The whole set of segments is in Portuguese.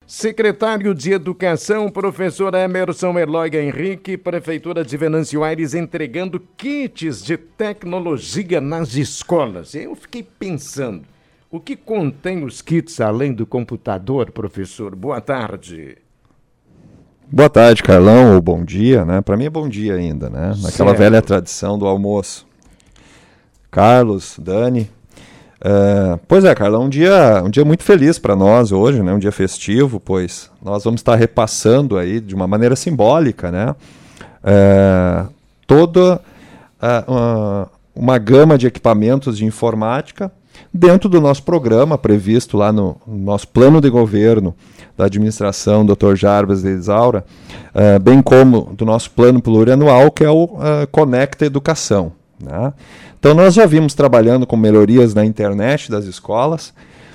Secretário de Educação, professor Emerson Eloy Henrique, Prefeitura de Venâncio Aires, entregando kits de tecnologia nas escolas. Eu fiquei pensando, o que contém os kits além do computador, professor? Boa tarde. Boa tarde, Carlão, ou bom dia, né? Para mim é bom dia ainda, né? Naquela velha tradição do almoço. Carlos, Dani. Pois é, Carlão, um dia muito feliz para nós hoje, né? Um dia festivo, pois nós vamos estar repassando aí de uma maneira simbólica, né? Toda uma gama de equipamentos de informática dentro do nosso programa previsto lá no nosso plano de governo da administração Dr. Jarbas de Isaura, bem como do nosso plano plurianual, que é o Conecta Educação, né? Então nós já vimos trabalhando com melhorias na internet das escolas,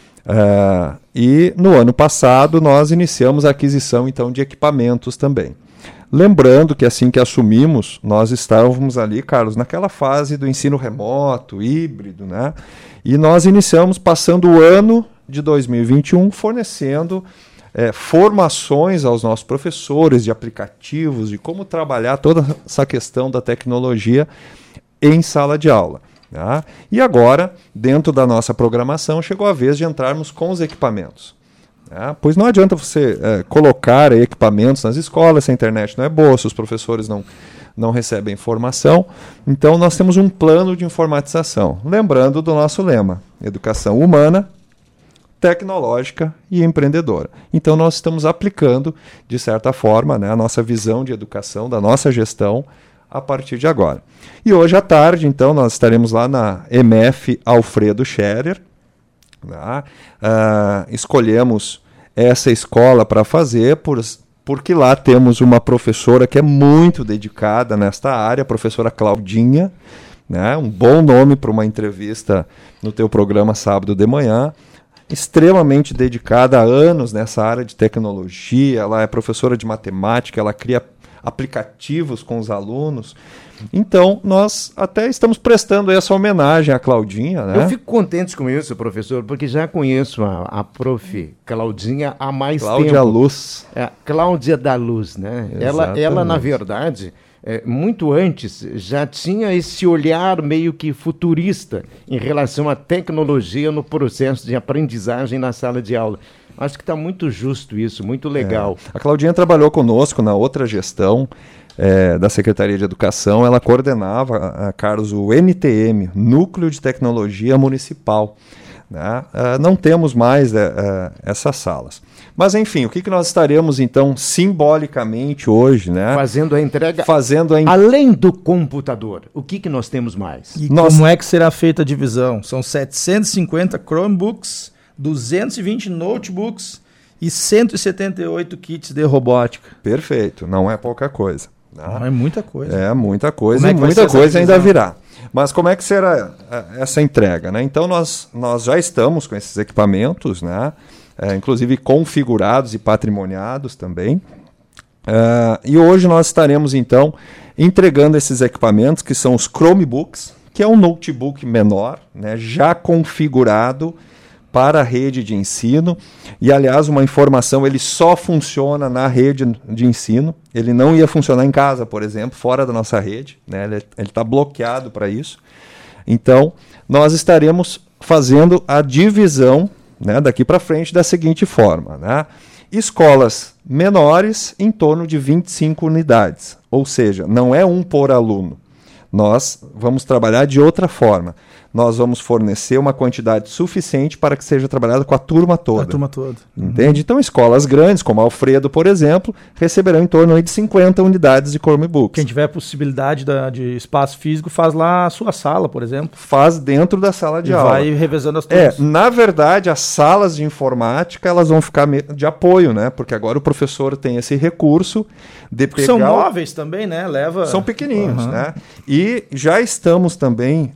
e no ano passado nós iniciamos a aquisição então de equipamentos também. Lembrando que assim que assumimos, nós estávamos ali, Carlos, naquela fase do ensino remoto, híbrido, né? E nós iniciamos passando o ano de 2021 fornecendo formações aos nossos professores de aplicativos, de como trabalhar toda essa questão da tecnologia em sala de aula, tá? E agora, dentro da nossa programação, chegou a vez de entrarmos com os equipamentos. Pois não adianta você colocar equipamentos nas escolas se a internet não é boa, se os professores não recebem informação. Então nós temos um plano de informatização, lembrando do nosso lema: educação humana, tecnológica e empreendedora. Então nós estamos aplicando, de certa forma, né, a nossa visão de educação, da nossa gestão, a partir de agora. E hoje à tarde, então, nós estaremos lá na MF Alfredo Scherer. Escolhemos essa escola para fazer, porque lá temos uma professora que é muito dedicada nesta área, a professora Claudinha, né? Um bom nome para uma entrevista no teu programa sábado de manhã, extremamente dedicada há anos nessa área de tecnologia. Ela é professora de matemática, ela cria aplicativos com os alunos. Então, nós até estamos prestando essa homenagem à Claudinha, né? Eu fico contente com isso, professor, porque já conheço a prof. Claudinha há mais tempo. Cláudia Luz. Cláudia da Luz, né? Ela, na verdade, muito antes, já tinha esse olhar meio que futurista em relação à tecnologia no processo de aprendizagem na sala de aula. Acho que está muito justo isso, muito legal. A Claudinha trabalhou conosco na outra gestão da Secretaria de Educação. Ela coordenava, Carlos, o NTM, Núcleo de Tecnologia Municipal, né? Não temos mais essas salas. Mas, enfim, o que nós estaremos, então, simbolicamente hoje, né? Fazendo a entrega. Além do computador, o que nós temos mais? E como é que será feita a divisão? São 750 Chromebooks, 220 notebooks e 178 kits de robótica. Perfeito, não é pouca coisa. Não, é muita coisa. É muita coisa, e muita coisa ainda virá. Mas como é que será essa entrega, né? Então nós já estamos com esses equipamentos, né? Inclusive configurados e patrimoniados também. E hoje nós estaremos então entregando esses equipamentos, que são os Chromebooks, que é um notebook menor, né? Já configurado para a rede de ensino. E, aliás, uma informação, ele só funciona na rede de ensino. Ele não ia funcionar em casa, por exemplo, fora da nossa rede, né? Ele está bloqueado para isso. Então, nós estaremos fazendo a divisão, né, daqui para frente da seguinte forma, né? Escolas menores em torno de 25 unidades. Ou seja, não é um por aluno. Nós vamos trabalhar de outra forma. Nós vamos fornecer uma quantidade suficiente para que seja trabalhada com a turma toda. A turma toda. Entende? Então, escolas grandes, como a Alfredo, por exemplo, receberão em torno de 50 unidades de Chromebooks. Quem tiver possibilidade de espaço físico, faz lá a sua sala, por exemplo. Faz dentro da sala de aula. Vai revezando as turmas. Na verdade, as salas de informática, elas vão ficar de apoio, né? Porque agora o professor tem esse recurso de pegar... São móveis também, né? São pequenininhos, né? E já estamos também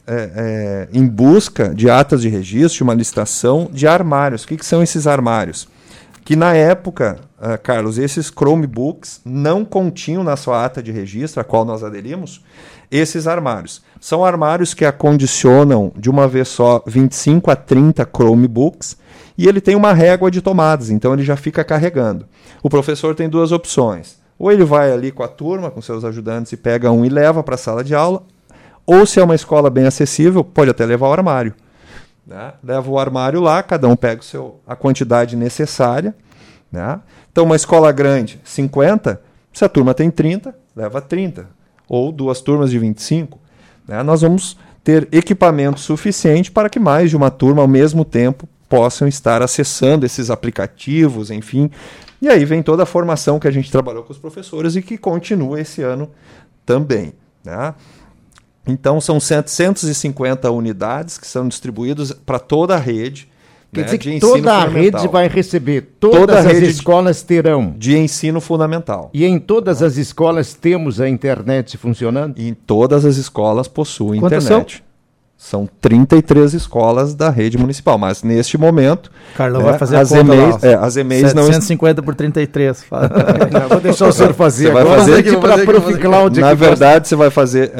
em busca de atas de registro, de uma licitação de armários. O que são esses armários? que na época, Carlos, esses Chromebooks não continham na sua ata de registro, a qual nós aderimos, esses armários. São armários que acondicionam de uma vez só 25 a 30 Chromebooks e ele tem uma régua de tomadas, então ele já fica carregando. O professor tem duas opções. Ou ele vai ali com a turma, com seus ajudantes e pega um e leva para a sala de aula, ou se é uma escola bem acessível, pode até levar o armário. Né? Leva o armário lá, cada um pega a quantidade necessária. Né? Então, uma escola grande, 50, se a turma tem 30, leva 30. Ou duas turmas de 25. Né? Nós vamos ter equipamento suficiente para que mais de uma turma, ao mesmo tempo, possam estar acessando esses aplicativos, enfim. E aí vem toda a formação que a gente trabalhou com os professores e que continua esse ano também. Né? Então, são 750 unidades que são distribuídas para toda a rede. Quer dizer que toda a rede vai receber, todas as escolas terão. De ensino fundamental. E em todas as escolas temos a internet funcionando? Em todas as escolas possuem internet. São 33 escolas da rede municipal, mas neste momento... Carlão vai fazer as EMEIs, as EMEIs 750 por 33. Vou deixar o senhor fazer. Você vai fazer aqui para a Prof. Cláudia. Na verdade, você vai fazer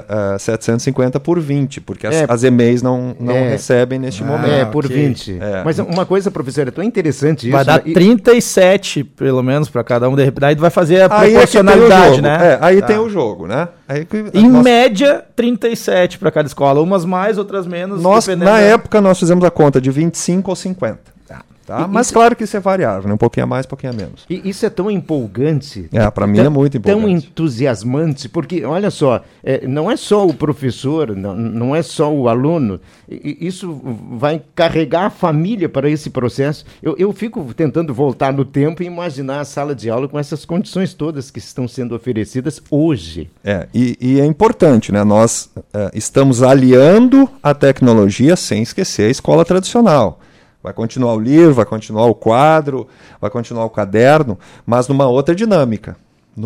750 por 20, porque as EMEIs não recebem neste momento. Por 20. Mas uma coisa, professor, é tão interessante isso. Vai dar 37, pelo menos, para cada um. Daí vai fazer a proporcionalidade, né? Aí tem o jogo, né? Em média, 37 para cada escola. Umas mais, outras menos. Na época, nós fizemos a conta de 25 ou 50. Tá? Mas claro que isso é variável, né? Um pouquinho a mais, um pouquinho a menos. E isso é tão empolgante. Para mim é muito empolgante. Tão entusiasmante, porque, olha só, não é só o professor, não é só o aluno, isso vai carregar a família para esse processo. Eu fico tentando voltar no tempo e imaginar a sala de aula com essas condições todas que estão sendo oferecidas hoje. E é importante, né? Nós estamos aliando a tecnologia sem esquecer a escola tradicional. Vai continuar o livro, vai continuar o quadro, vai continuar o caderno, mas numa outra dinâmica,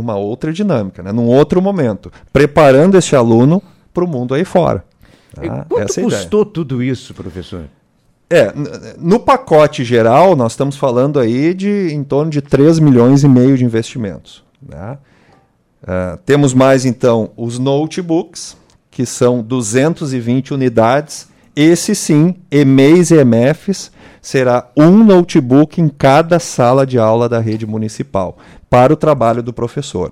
né? Num outro momento, preparando esse aluno para o mundo aí fora. Tá? Quanto custou tudo isso, professor? No pacote geral, nós estamos falando aí de em torno de 3,5 milhões de investimentos. Né? Temos mais, então, os notebooks, que são 220 unidades. Esse sim, EMEIs e EMEFs, será um notebook em cada sala de aula da rede municipal, para o trabalho do professor.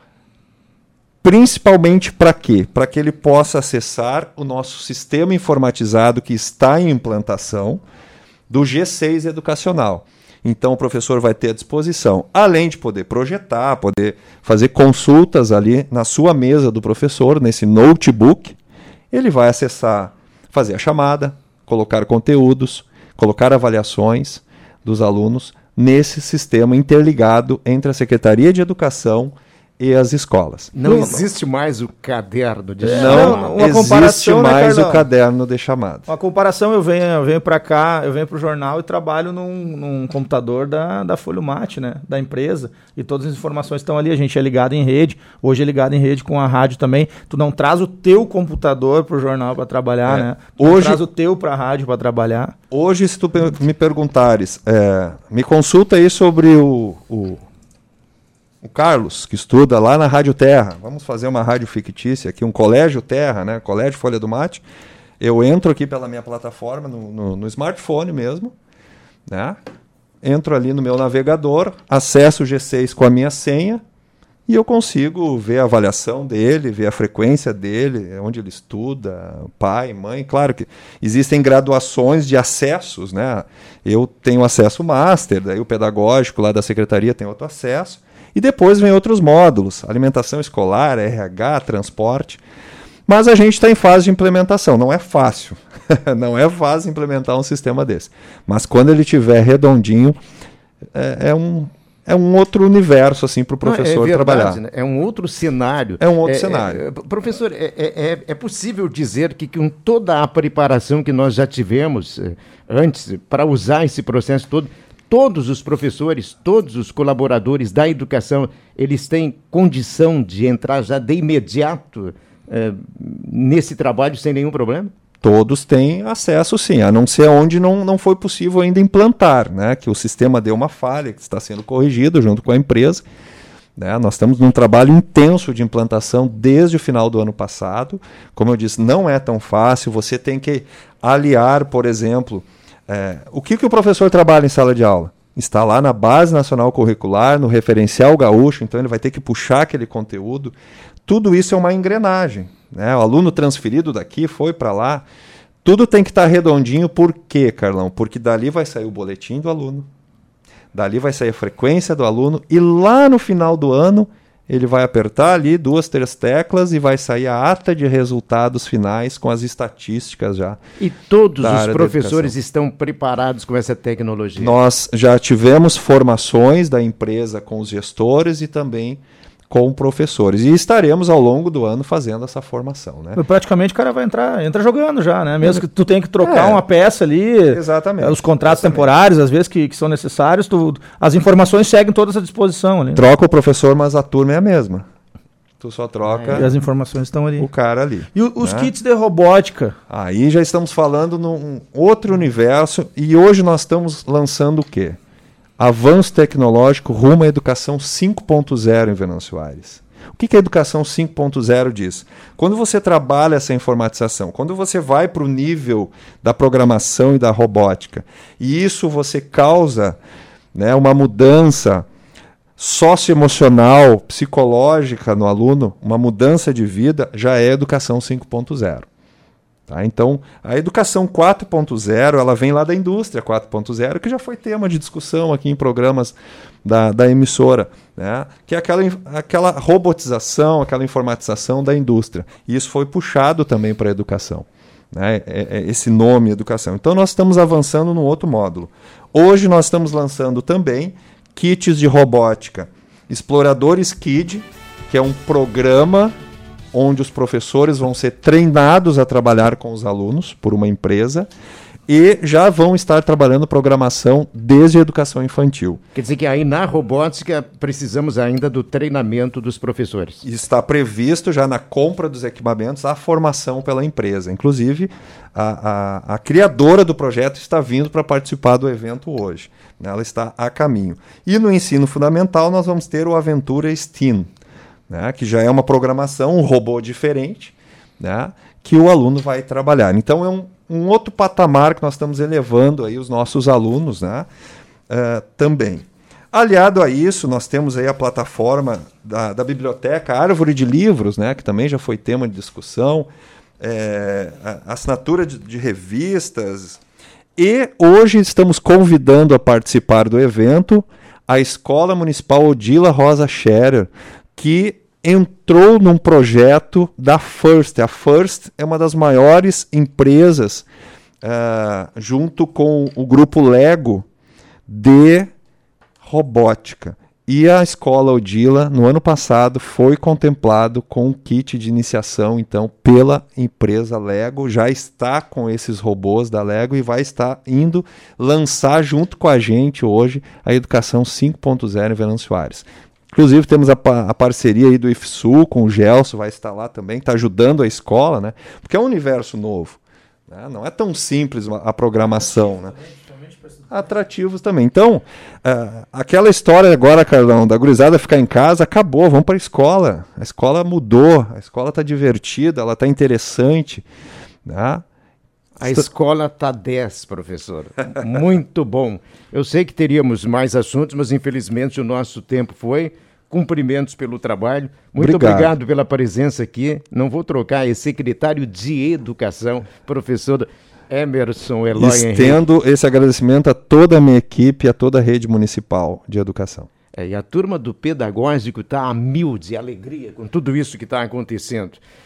Principalmente para quê? Para que ele possa acessar o nosso sistema informatizado que está em implantação do G6 educacional. Então o professor vai ter à disposição, além de poder projetar, poder fazer consultas ali na sua mesa do professor, nesse notebook, ele vai acessar, fazer a chamada, colocar conteúdos, colocar avaliações dos alunos nesse sistema interligado entre a Secretaria de Educação e as escolas. Não existe mais o caderno de chamada. Não existe mais o caderno de chamada. Uma comparação, eu venho para cá, eu venho para o jornal e trabalho num computador da Folhomat, né, da empresa, e todas as informações estão ali, a gente é ligado em rede, hoje é ligado em rede com a rádio também. Tu não traz o teu computador para o jornal para trabalhar, né? Tu traz o teu para a rádio para trabalhar. Hoje, se tu me perguntares, me consulta aí sobre o Carlos, que estuda lá na Rádio Terra. Vamos fazer uma rádio fictícia aqui, um Colégio Terra, né? Colégio Folha do Mate. Eu entro aqui pela minha plataforma, no smartphone mesmo, né? Entro ali no meu navegador, acesso o G6 com a minha senha e eu consigo ver a avaliação dele, ver a frequência dele, onde ele estuda, pai, mãe. Claro que existem graduações de acessos, né? Eu tenho acesso master, daí o pedagógico lá da secretaria tem outro acesso. E depois vem outros módulos, alimentação escolar, RH, transporte. Mas a gente está em fase de implementação, não é fácil. Não é fácil implementar um sistema desse. Mas quando ele estiver redondinho, é um outro universo assim, para o professor trabalhar. Né? É um outro cenário. É um outro cenário. Professor, é possível dizer que com toda a preparação que nós já tivemos antes para usar esse processo todo, todos os professores, todos os colaboradores da educação, eles têm condição de entrar já de imediato nesse trabalho sem nenhum problema? todos têm acesso sim, a não ser onde não foi possível ainda implantar, né? Que o sistema deu uma falha, que está sendo corrigido junto com a empresa. Né? Nós estamos num trabalho intenso de implantação desde o final do ano passado. Como eu disse, não é tão fácil, você tem que aliar, por exemplo, o que o professor trabalha em sala de aula? Está lá na Base Nacional Curricular, no referencial gaúcho, então ele vai ter que puxar aquele conteúdo. Tudo isso é uma engrenagem. Né? O aluno transferido daqui foi para lá. Tudo tem que estar redondinho. Por quê, Carlão? Porque dali vai sair o boletim do aluno, dali vai sair a frequência do aluno, e lá no final do ano ele vai apertar ali 2, 3 teclas e vai sair a ata de resultados finais com as estatísticas já. E todos os professores estão preparados com essa tecnologia? Nós já tivemos formações da empresa com os gestores e também com professores. E estaremos ao longo do ano fazendo essa formação. Né? Praticamente o cara vai entra jogando já, né? Mesmo que tu tenha que trocar uma peça ali. Exatamente. Os contratos temporários, às vezes, que são necessários, as informações seguem todas à disposição ali. Troca o professor, mas a turma é a mesma. Tu só troca. E as informações estão ali. O cara ali. E os kits de robótica? Aí já estamos falando num outro universo, e hoje nós estamos lançando o quê? Avanço tecnológico rumo à educação 5.0 em Venâncio Aires. O que a educação 5.0 diz? Quando você trabalha essa informatização, quando você vai para o nível da programação e da robótica, e isso você causa, né, uma mudança socioemocional, psicológica no aluno, uma mudança de vida, já é educação 5.0. Tá? Então, a educação 4.0, ela vem lá da indústria 4.0, que já foi tema de discussão aqui em programas da emissora, né? Que é aquela robotização, aquela informatização da indústria. E isso foi puxado também para a educação, né? Esse nome, educação. Então, nós estamos avançando num outro módulo. Hoje, nós estamos lançando também kits de robótica. Exploradores Kid, que é um programa onde os professores vão ser treinados a trabalhar com os alunos por uma empresa e já vão estar trabalhando programação desde a educação infantil. Quer dizer que aí na robótica precisamos ainda do treinamento dos professores. Está previsto já na compra dos equipamentos a formação pela empresa. Inclusive, a criadora do projeto está vindo para participar do evento hoje. Ela está a caminho. E no ensino fundamental nós vamos ter o Aventura STEAM, né, que já é uma programação, um robô diferente, né, que o aluno vai trabalhar. Então é um outro patamar que nós estamos elevando aí os nossos alunos, né, também. Aliado a isso, nós temos aí a plataforma da biblioteca Árvore de Livros, né, que também já foi tema de discussão, a assinatura de revistas, e hoje estamos convidando a participar do evento a Escola Municipal Odila Rosa Scherer, que entrou num projeto da FIRST. A FIRST é uma das maiores empresas, junto com o grupo Lego, de robótica. E a Escola Odila, no ano passado, foi contemplado com um kit de iniciação, então, pela empresa Lego. Já está com esses robôs da Lego e vai estar indo lançar junto com a gente hoje a Educação 5.0 em Venâncio Aires. Inclusive, temos a parceria aí do IFSU com o Gelson, vai estar lá também, está ajudando a escola, né? Porque é um universo novo, né? Não é tão simples a programação, né? Atrativos também. Então, aquela história agora, Carlão, da gurizada ficar em casa, acabou, vamos para a escola. A escola mudou, a escola está divertida, ela está interessante, né? A escola está 10, professor. Muito bom. Eu sei que teríamos mais assuntos, mas infelizmente o nosso tempo foi. Cumprimentos pelo trabalho. Muito obrigado pela presença aqui. Não vou trocar, é secretário de Educação, professor Emerson Eloy Henrique. Estendo esse agradecimento a toda a minha equipe e a toda a rede municipal de educação. E a turma do pedagógico está a mil de alegria com tudo isso que está acontecendo.